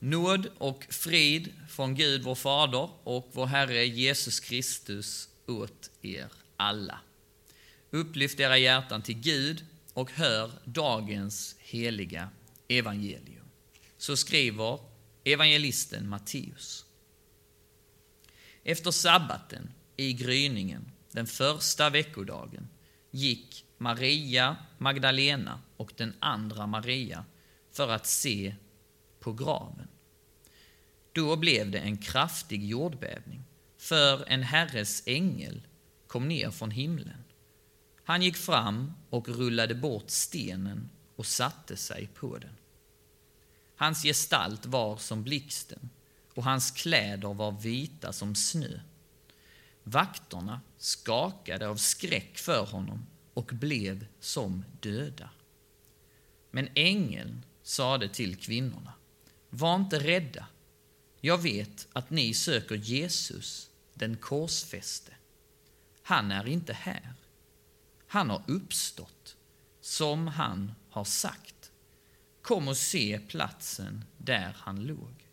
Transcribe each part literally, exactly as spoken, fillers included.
Nåd och frid från Gud vår Fader och vår Herre Jesus Kristus åt er alla. Upplyft era hjärtan till Gud och hör dagens heliga evangelium. Så skriver evangelisten Matteus. Efter sabbaten i gryningen, den första veckodagen, gick Maria Magdalena och den andra Maria för att se på graven. Då blev det en kraftig jordbävning, för en Herres ängel kom ner från himlen. Han gick fram och rullade bort stenen och satte sig på den. Hans gestalt var som blixten och hans kläder var vita som snö. Vakterna skakade av skräck för honom och blev som döda. Men ängeln sade till kvinnorna: var inte rädda. Jag vet att ni söker Jesus, den korsfäste. Han är inte här. Han har uppstått, som han har sagt. Kom och se platsen där han låg.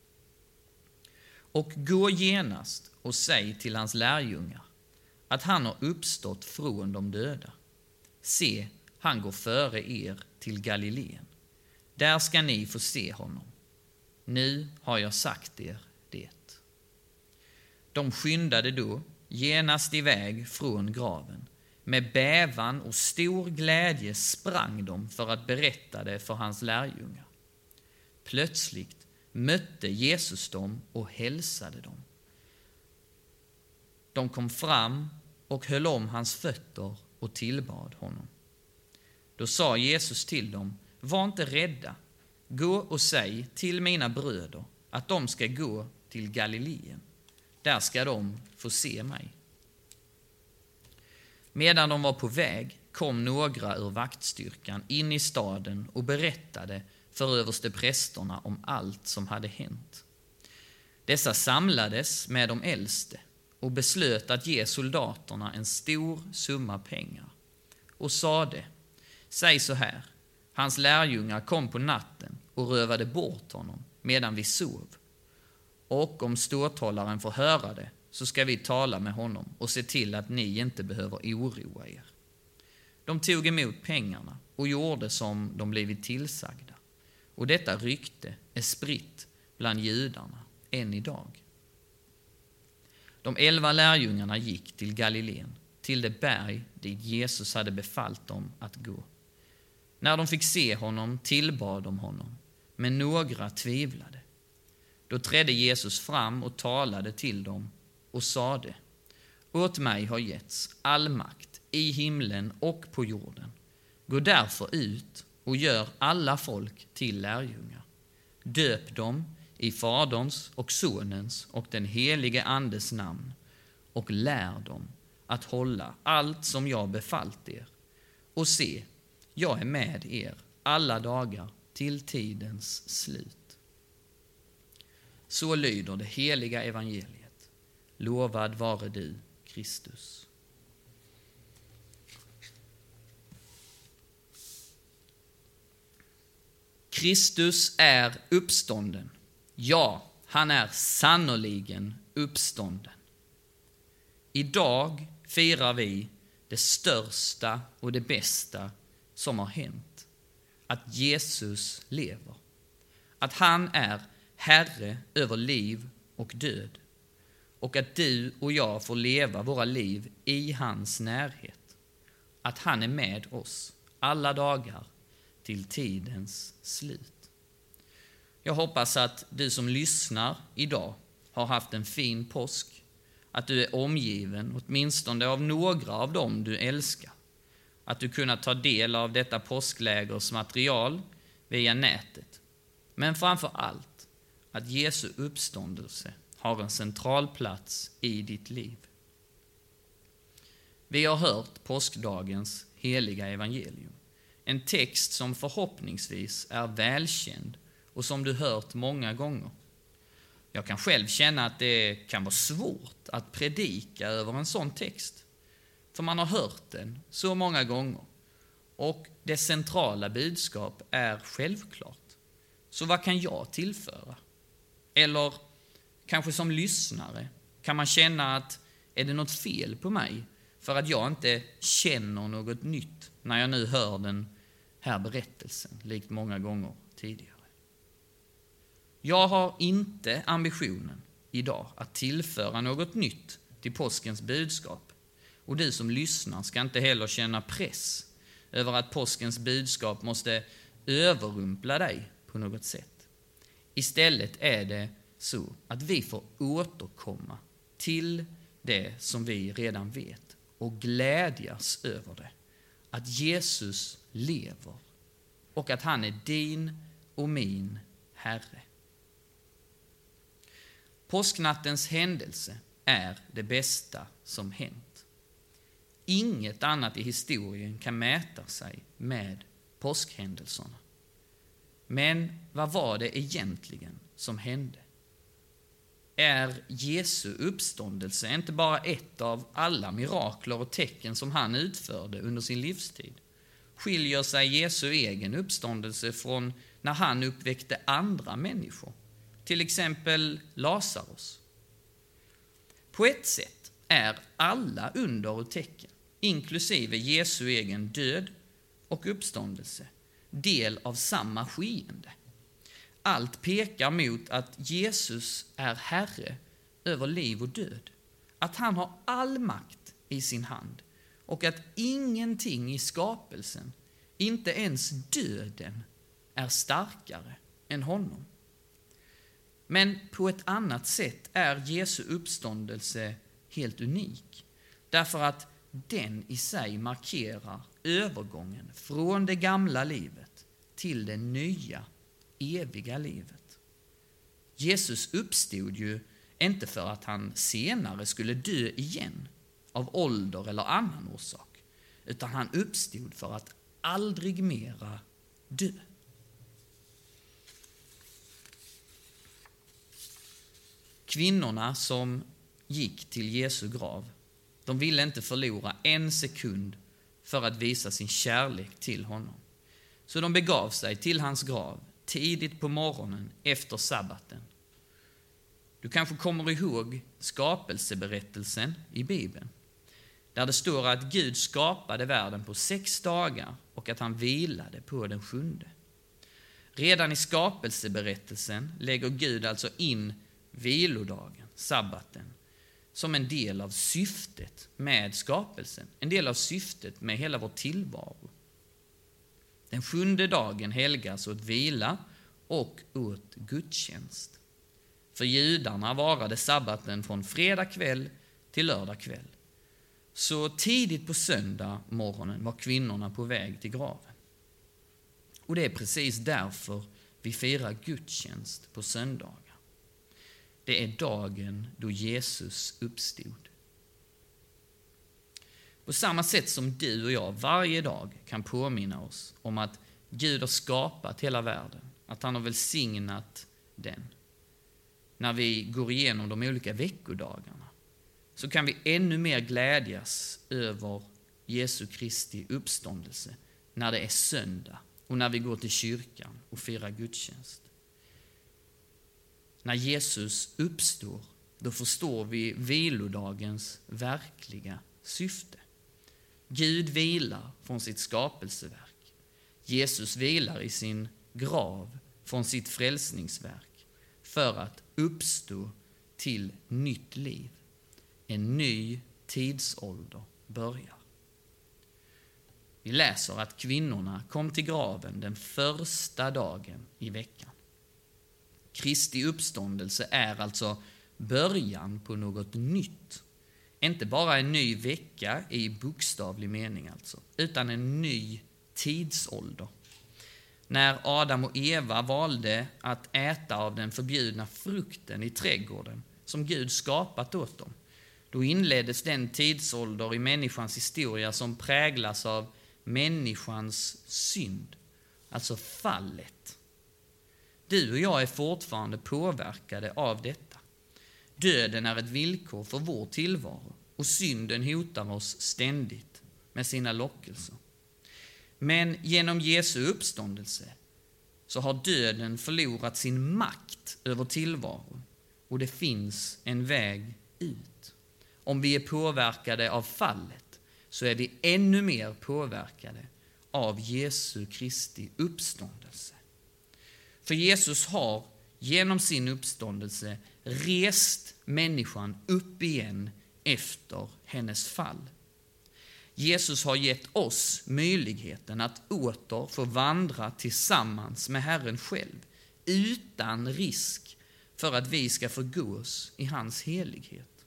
Och gå genast och säg till hans lärjungar att han har uppstått från de döda. Se, han går före er till Galileen. Där ska ni få se honom. Nu har jag sagt er det. De skyndade då genast iväg från graven. Med bävan och stor glädje sprang de för att berätta det för hans lärjungar. Plötsligt mötte Jesus dem och hälsade dem. De kom fram och höll om hans fötter och tillbad honom. Då sa Jesus till dem: var inte rädda. Gå och säg till mina bröder att de ska gå till Galileen. Där ska de få se mig. Medan de var på väg kom några ur vaktstyrkan in i staden och berättade för översteprästerna om allt som hade hänt. Dessa samlades med de äldste och beslöt att ge soldaterna en stor summa pengar och sade: säg så här, hans lärjungar kom på natten och rövade bort honom medan vi sov. Och om ståthållaren får höra det, så ska vi tala med honom och se till att ni inte behöver oroa er. De tog emot pengarna och gjorde som de blivit tillsagda. Och detta rykte är spritt bland judarna än idag. De elva lärjungarna gick till Galileen, till det berg dit Jesus hade befallt dem att gå. När de fick se honom tillbad de honom, men några tvivlade. Då trädde Jesus fram och talade till dem och sade: åt mig har getts all makt i himlen och på jorden. Gå därför ut och gör alla folk till lärjungar. Döp dem i Faderns och Sonens och den helige Andes namn och lär dem att hålla allt som jag befallt er. Och se, jag är med er alla dagar till tidens slut. Så lyder det heliga evangeliet. Lovad vare du, Kristus. Kristus är uppstånden. Ja, han är sannoliken uppstånden. Idag firar vi det största och det bästa som har hänt. Att Jesus lever. Att han är Herre över liv och död. Och att du och jag får leva våra liv i hans närhet. Att han är med oss alla dagar till tidens slut. Jag hoppas att du som lyssnar idag har haft en fin påsk. Att du är omgiven åtminstone av några av dem du älskar. Att du kunnat ta del av detta påsklägers material via nätet. Men framför allt att Jesu uppståndelse har en central plats i ditt liv. Vi har hört påskdagens heliga evangelium. En text som förhoppningsvis är välkänd och som du hört många gånger. Jag kan själv känna att det kan vara svårt att predika över en sån text. För man har hört den så många gånger. Och det centrala budskap är självklart. Så vad kan jag tillföra? Eller kanske som lyssnare kan man känna att är det något fel på mig för att jag inte känner något nytt när jag nu hör den här berättelsen, likt många gånger tidigare. Jag har inte ambitionen idag att tillföra något nytt till påskens budskap. Och du som lyssnar ska inte heller känna press över att påskens budskap måste överrumpla dig på något sätt. Istället är det så att vi får återkomma till det som vi redan vet och glädjas över det. Att Jesus lever och att han är din och min Herre. Påsknattens händelse är det bästa som hänt. Inget annat i historien kan mäta sig med påskhändelserna. Men vad var det egentligen som hände? Är Jesu uppståndelse inte bara ett av alla mirakler och tecken som han utförde under sin livstid? Skiljer sig Jesu egen uppståndelse från när han uppväckte andra människor, till exempel Lazarus? På ett sätt är alla under och tecken, inklusive Jesu egen död och uppståndelse, del av samma skeende. Allt pekar mot att Jesus är Herre över liv och död, att han har all makt i sin hand och att ingenting i skapelsen, inte ens döden, är starkare än honom. Men på ett annat sätt är Jesu uppståndelse helt unik, därför att den i sig markerar övergången från det gamla livet till det nya, eviga livet. Jesus uppstod ju inte för att han senare skulle dö igen av ålder eller annan orsak, utan han uppstod för att aldrig mera dö. Kvinnorna som gick till Jesu grav, de ville inte förlora en sekund för att visa sin kärlek till honom. Så de begav sig till hans grav tidigt på morgonen efter sabbaten. Du kanske kommer ihåg skapelseberättelsen i Bibeln, där det står att Gud skapade världen på sex dagar och att han vilade på den sjunde. Redan i skapelseberättelsen lägger Gud alltså in vilodagen, sabbaten, som en del av syftet med skapelsen, en del av syftet med hela vår tillvaro. Den sjunde dagen helgas åt vila och åt gudstjänst. För judarna varade sabbaten från fredag kväll till lördag kväll. Så tidigt på söndag morgonen var kvinnorna på väg till graven. Och det är precis därför vi firar gudstjänst på söndagar. Det är dagen då Jesus uppstod. På samma sätt som du och jag varje dag kan påminna oss om att Gud har skapat hela världen, att han har välsignat den. När vi går igenom de olika veckodagarna så kan vi ännu mer glädjas över Jesu Kristi uppståndelse när det är söndag och när vi går till kyrkan och firar gudstjänst. När Jesus uppstår, då förstår vi vilodagens verkliga syfte. Gud vilar från sitt skapelseverk. Jesus vilar i sin grav från sitt frälsningsverk för att uppstå till nytt liv. En ny tidsålder börjar. Vi läser att kvinnorna kom till graven den första dagen i veckan. Kristi uppståndelse är alltså början på något nytt. Inte bara en ny vecka i bokstavlig mening alltså, utan en ny tidsålder. När Adam och Eva valde att äta av den förbjudna frukten i trädgården som Gud skapat åt dem, då inleddes den tidsålder i människans historia som präglas av människans synd, alltså fallet. Du och jag är fortfarande påverkade av detta. Döden är ett villkor för vår tillvaro och synden hotar oss ständigt med sina lockelser. Men genom Jesu uppståndelse så har döden förlorat sin makt över tillvaron och det finns en väg ut. Om vi är påverkade av fallet så är vi ännu mer påverkade av Jesu Kristi uppståndelse. För Jesus har genom sin uppståndelse rest människan upp igen efter hennes fall. Jesus har gett oss möjligheten att åter få vandra tillsammans med Herren själv utan risk för att vi ska förgås i hans helighet.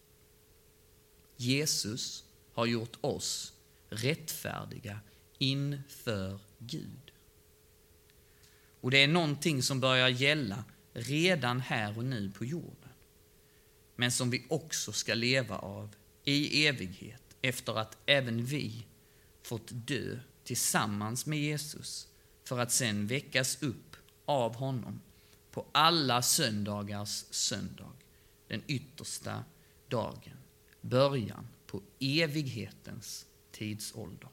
Jesus har gjort oss rättfärdiga inför Gud. Och det är någonting som börjar gälla redan här och nu på jorden, men som vi också ska leva av i evighet efter att även vi fått dö tillsammans med Jesus för att sen väckas upp av honom på alla söndagars söndag, den yttersta dagen, början på evighetens tidsålder.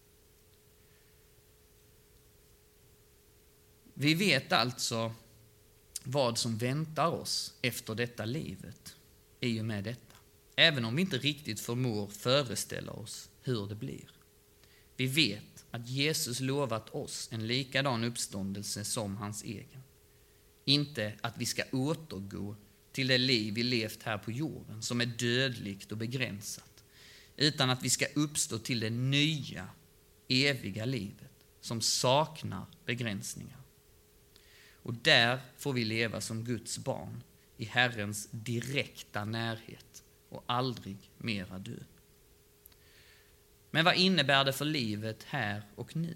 Vi vet alltså vad som väntar oss efter detta livet i och med detta, även om vi inte riktigt förmår föreställa oss hur det blir. Vi vet att Jesus lovat oss en likadan uppståndelse som hans egen. Inte att vi ska återgå till det liv vi levt här på jorden som är dödligt och begränsat, utan att vi ska uppstå till det nya, eviga livet som saknar begränsningar. Och där får vi leva som Guds barn i Herrens direkta närhet och aldrig mera dö. Men vad innebär det för livet här och nu?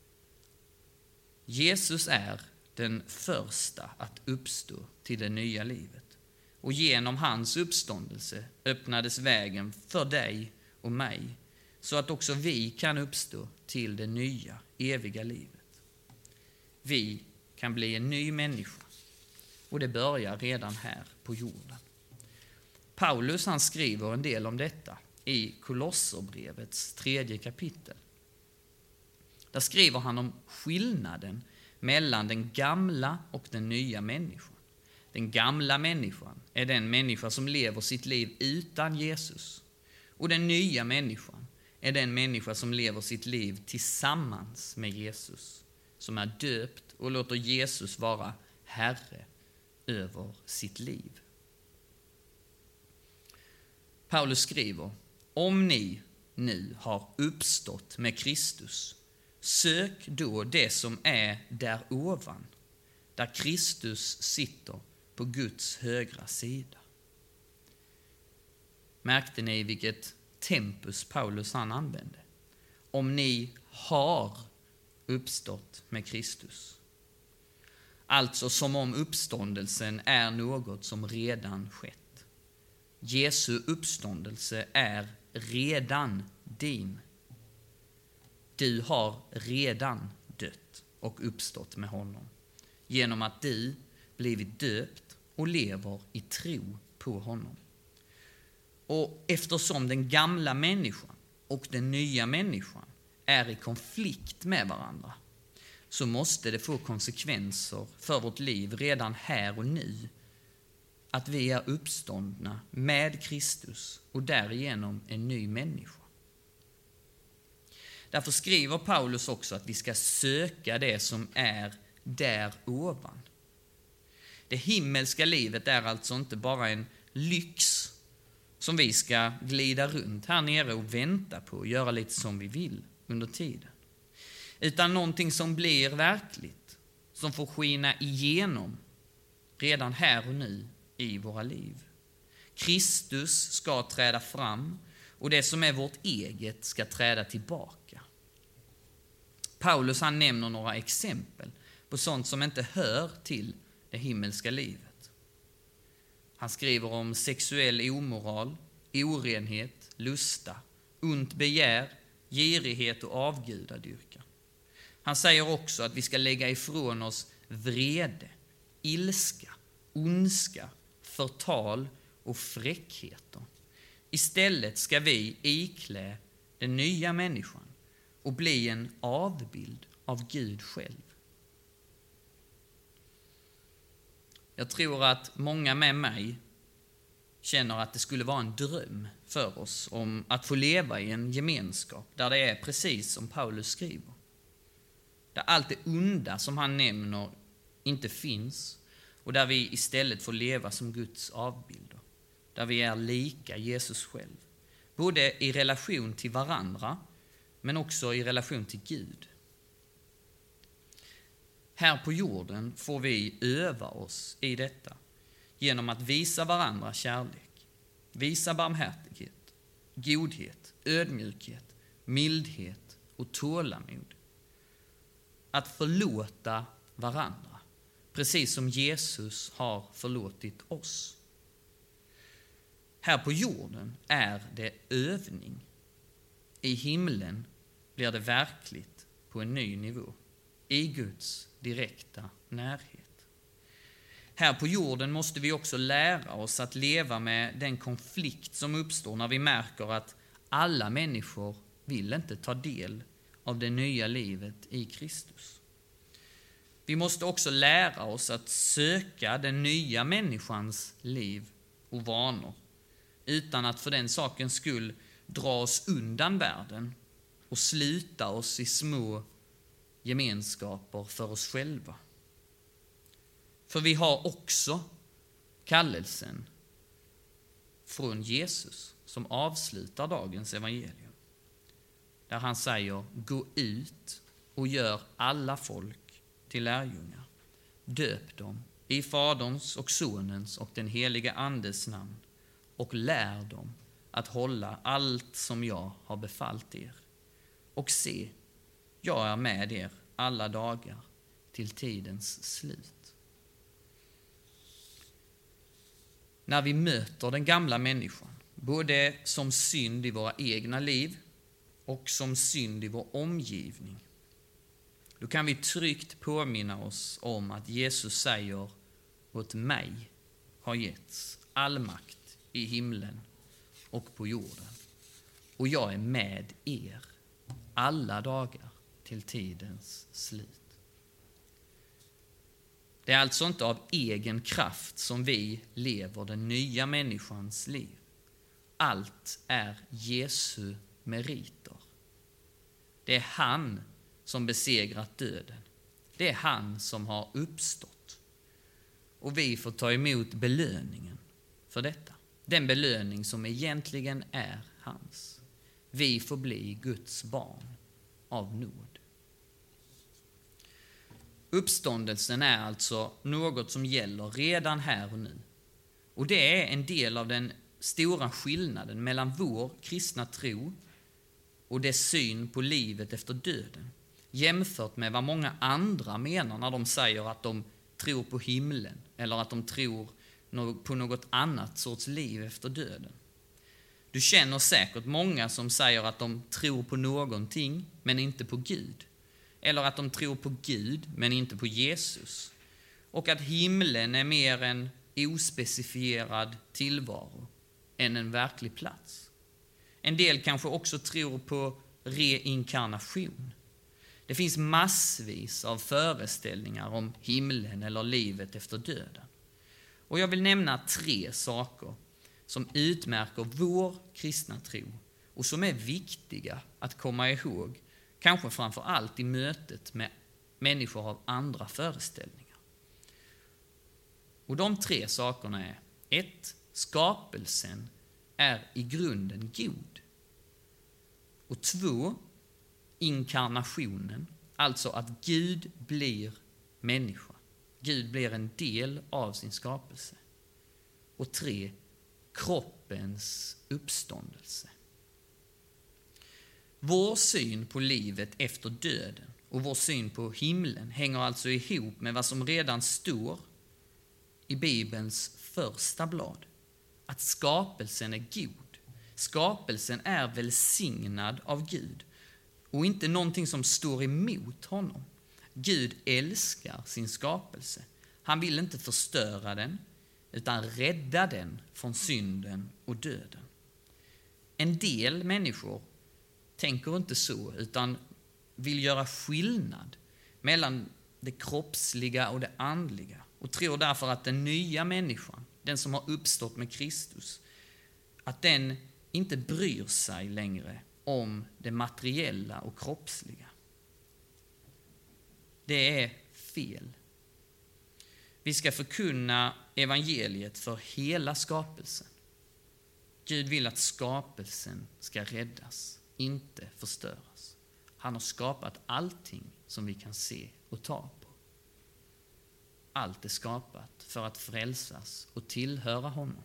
Jesus är den första att uppstå till det nya livet. Och genom hans uppståndelse öppnades vägen för dig och mig så att också vi kan uppstå till det nya, eviga livet. Vi kan bli en ny människa och det börjar redan här på jorden. Paulus han skriver en del om detta i Kolosserbrevets tredje kapitel. Där skriver han om skillnaden mellan den gamla och den nya människan. Den gamla människan är den människa som lever sitt liv utan Jesus. Och den nya människan är den människa som lever sitt liv tillsammans med Jesus, som är döpt och låter Jesus vara Herre över sitt liv. Paulus skriver: om ni nu har uppstått med Kristus, sök då det som är där ovan, där Kristus sitter på Guds högra sida. Märkte ni vilket tempus Paulus han använde? Om ni har uppstått med Kristus. Alltså som om uppståndelsen är något som redan skett. Jesu uppståndelse är redan din. Du har redan dött och uppstått med honom genom att du blivit döpt och lever i tro på honom. Och eftersom den gamla människan och den nya människan är i konflikt med varandra, så måste det få konsekvenser för vårt liv redan här och nu att vi är uppståndna med Kristus och därigenom en ny människa. Därför skriver Paulus också att vi ska söka det som är där ovan. Det himmelska livet är alltså inte bara en lyx som vi ska glida runt här nere och vänta på och göra lite som vi vill under tiden. Utan någonting som blir verkligt, som får skina igenom redan här och nu i våra liv. Kristus ska träda fram och det som är vårt eget ska träda tillbaka. Paulus han nämner några exempel på sånt som inte hör till det himmelska livet. Han skriver om sexuell omoral, orenhet, lusta, ont begär, girighet och avgudadyrkan. Han säger också att vi ska lägga ifrån oss vrede, ilska, ondska, förtal och fräckheter. Istället ska vi iklä den nya människan och bli en avbild av Gud själv. Jag tror att många med mig känner att det skulle vara en dröm för oss om att få leva i en gemenskap där det är precis som Paulus skriver. Där allt det onda som han nämner inte finns och där vi istället får leva som Guds avbilder. Där vi är lika Jesus själv. Både i relation till varandra men också i relation till Gud. Här på jorden får vi öva oss i detta genom att visa varandra kärlek, visa barmhärtighet, godhet, ödmjukhet, mildhet och tålamod. Att förlåta varandra, precis som Jesus har förlåtit oss. Här på jorden är det övning. I himlen blir det verkligt på en ny nivå, i Guds direkta närhet. Här på jorden måste vi också lära oss att leva med den konflikt som uppstår när vi märker att alla människor vill inte ta del av det nya livet i Kristus. Vi måste också lära oss att söka den nya människans liv och vanor utan att för den sakens skull dra oss undan världen och sluta oss i små gemenskaper för oss själva. För vi har också kallelsen från Jesus som avslutar dagens evangelium. Där han säger: gå ut och gör alla folk till lärjungar. Döp dem i Faderns och Sonens och den heliga Andes namn och lär dem att hålla allt som jag har befallt er. Och se, jag är med er alla dagar till tidens slut. När vi möter den gamla människan, både som synd i våra egna liv och som synd i vår omgivning, då kan vi tryggt påminna oss om att Jesus säger: åt mig har getts all makt i himlen och på jorden, och jag är med er alla dagar till tidens slut. Det är alltså inte av egen kraft som vi lever den nya människans liv. Allt är Jesu meriter. Det är han som besegrat döden. Det är han som har uppstått. Och vi får ta emot belöningen för detta. Den belöning som egentligen är hans. Vi får bli Guds barn av nåd. Uppståndelsen är alltså något som gäller redan här och nu. Och det är en del av den stora skillnaden mellan vår kristna tro och dess syn på livet efter döden, jämfört med vad många andra menar när de säger att de tror på himlen eller att de tror på något annat sorts liv efter döden. Du känner säkert många som säger att de tror på någonting men inte på Gud. Eller att de tror på Gud men inte på Jesus. Och att himlen är mer en ospecifierad tillvaro än en verklig plats. En del kanske också tror på reinkarnation. Det finns massvis av föreställningar om himlen eller livet efter döden. Och jag vill nämna tre saker som utmärker vår kristna tro och som är viktiga att komma ihåg, kanske framför allt i mötet med människor av andra föreställningar. Och de tre sakerna är: ett, skapelsen är i grunden god. Och två, inkarnationen, alltså att Gud blir människa. Gud blir en del av sin skapelse. Och tre, kroppens uppståndelse. Vår syn på livet efter döden och vår syn på himlen hänger alltså ihop med vad som redan står i Bibelns första blad. Att skapelsen är god. Skapelsen är välsignad av Gud och inte någonting som står emot honom. Gud älskar sin skapelse. Han vill inte förstöra den utan rädda den från synden och döden. En del människor tänker inte så utan vill göra skillnad mellan det kroppsliga och det andliga. och tror därför att den nya människan, den som har uppstått med Kristus, att den inte bryr sig längre om det materiella och kroppsliga. Det är fel. Vi ska förkunna evangeliet för hela skapelsen. Gud vill att skapelsen ska räddas, inte förstöras. Han har skapat allting som vi kan se och ta på. Allt är skapat för att frälsas och tillhöra honom.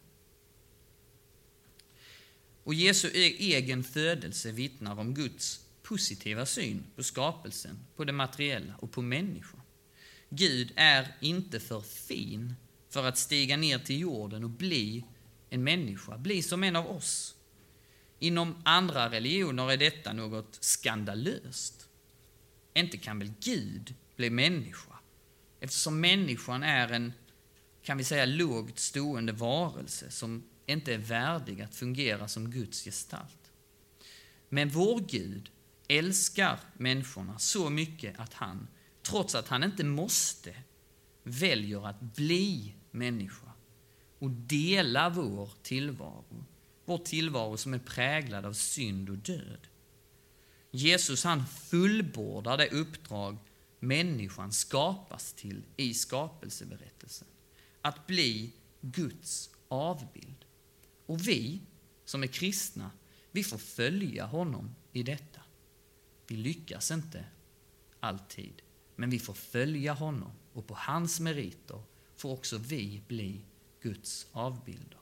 Och Jesu egen födelse vittnar om Guds positiva syn på skapelsen, på det materiella och på människan. Gud är inte för fin för att stiga ner till jorden och bli en människa, bli som en av oss. Inom andra religioner är detta något skandalöst. Inte kan väl Gud bli människa, eftersom människan är en, kan vi säga, lågt stående varelse som inte är värdig att fungera som Guds gestalt. Men vår Gud älskar människorna så mycket att han, trots att han inte måste, väljer att bli människa och dela vår tillvaro. Vår tillvaro som är präglad av synd och död. Jesus, han fullbordar det uppdrag människan skapas till i skapelseberättelsen. Att bli Guds avbild. Och vi som är kristna, vi får följa honom i detta. Vi lyckas inte alltid, men vi får följa honom, och på hans meriter får också vi bli Guds avbilder.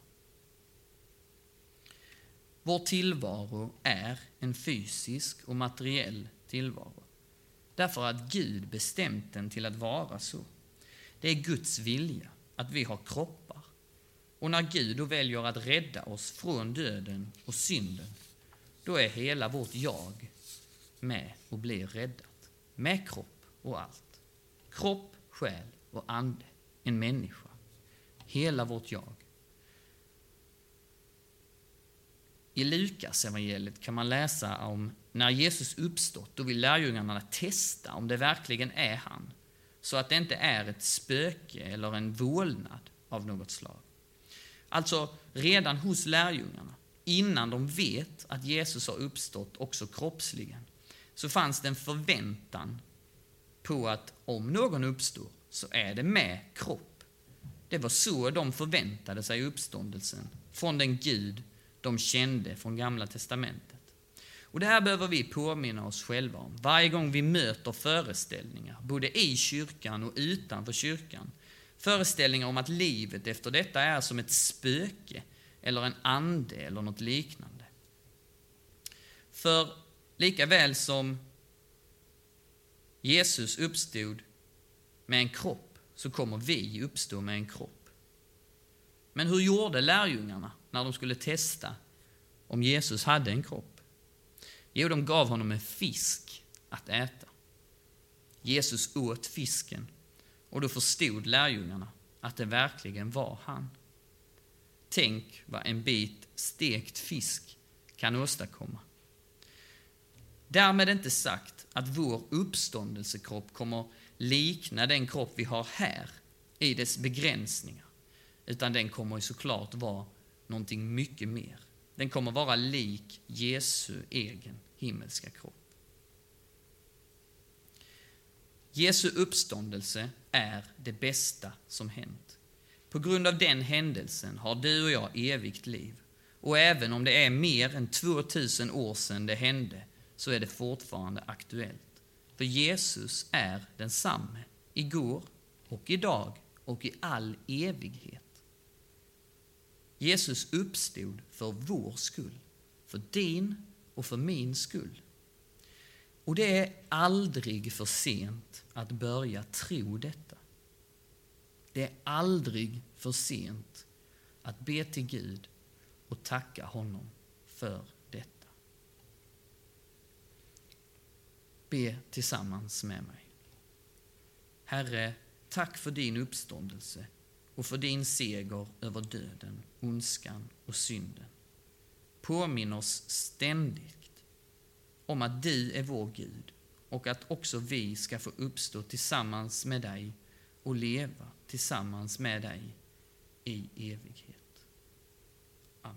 Vår tillvaro är en fysisk och materiell tillvaro. Därför att Gud bestämt den till att vara så. Det är Guds vilja att vi har kroppar. Och när Gud då väljer att rädda oss från döden och synden, då är hela vårt jag med och blir räddat. Med kropp och allt. Kropp, själ och ande. En människa. Hela vårt jag. I Lukas evangeliet kan man läsa om när Jesus uppstått, då vill lärjungarna testa om det verkligen är han, så att det inte är ett spöke eller en vålnad av något slag. Alltså redan hos lärjungarna, innan de vet att Jesus har uppstått också kroppsligen, så fanns det en förväntan på att om någon uppstår så är det med kropp. Det var så de förväntade sig uppståndelsen från den Gud de kände från Gamla testamentet. Och det här behöver vi påminna oss själva om. Varje gång vi möter föreställningar, både i kyrkan och utanför kyrkan. Föreställningar om att livet efter detta är som ett spöke eller en ande eller något liknande. För lika väl som Jesus uppstod med en kropp, så kommer vi uppstå med en kropp. Men hur gjorde lärjungarna när de skulle testa om Jesus hade en kropp? Jo, de gav honom en fisk att äta. Jesus åt fisken, och då förstod lärjungarna att det verkligen var han. Tänk vad en bit stekt fisk kan åstadkomma. Därmed inte sagt att vår uppståndelsekropp kommer likna den kropp vi har här i dess begränsningar. Utan den kommer såklart vara någonting mycket mer. Den kommer vara lik Jesu egen himmelska kropp. Jesu uppståndelse är det bästa som hänt. På grund av den händelsen har du och jag evigt liv. Och även om det är mer än tvåtusen år sedan det hände, så är det fortfarande aktuellt. För Jesus är densamme igår och idag och i all evighet. Jesus uppstod för vår skull, för din och för min skull. Och det är aldrig för sent att börja tro detta. Det är aldrig för sent att be till Gud och tacka honom för detta. Be tillsammans med mig. Herre, tack för din uppståndelse och för din seger över döden, ondskan och synden. Påminn oss ständigt om att du är vår Gud och att också vi ska få uppstå tillsammans med dig och leva tillsammans med dig i evighet. Amen.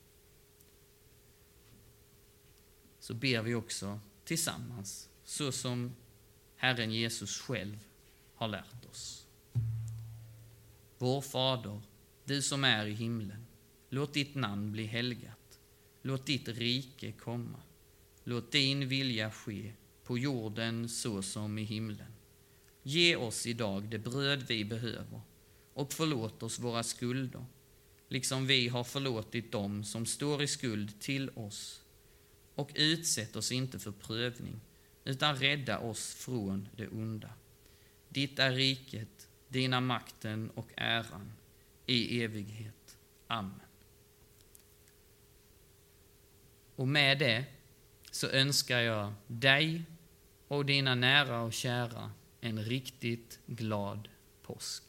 Så ber vi också tillsammans, så som Herren Jesus själv har lärt oss. Vår Fader, du som är i himlen, låt ditt namn bli helgat. Låt ditt rike komma. Låt din vilja ske på jorden så som i himlen. Ge oss idag det bröd vi behöver och förlåt oss våra skulder, liksom vi har förlåtit dem som står i skuld till oss. Och utsätt oss inte för prövning, utan rädda oss från det onda. Ditt är riket, dina makten och äran i evighet. Amen. Och med det så önskar jag dig och dina nära och kära en riktigt glad påsk.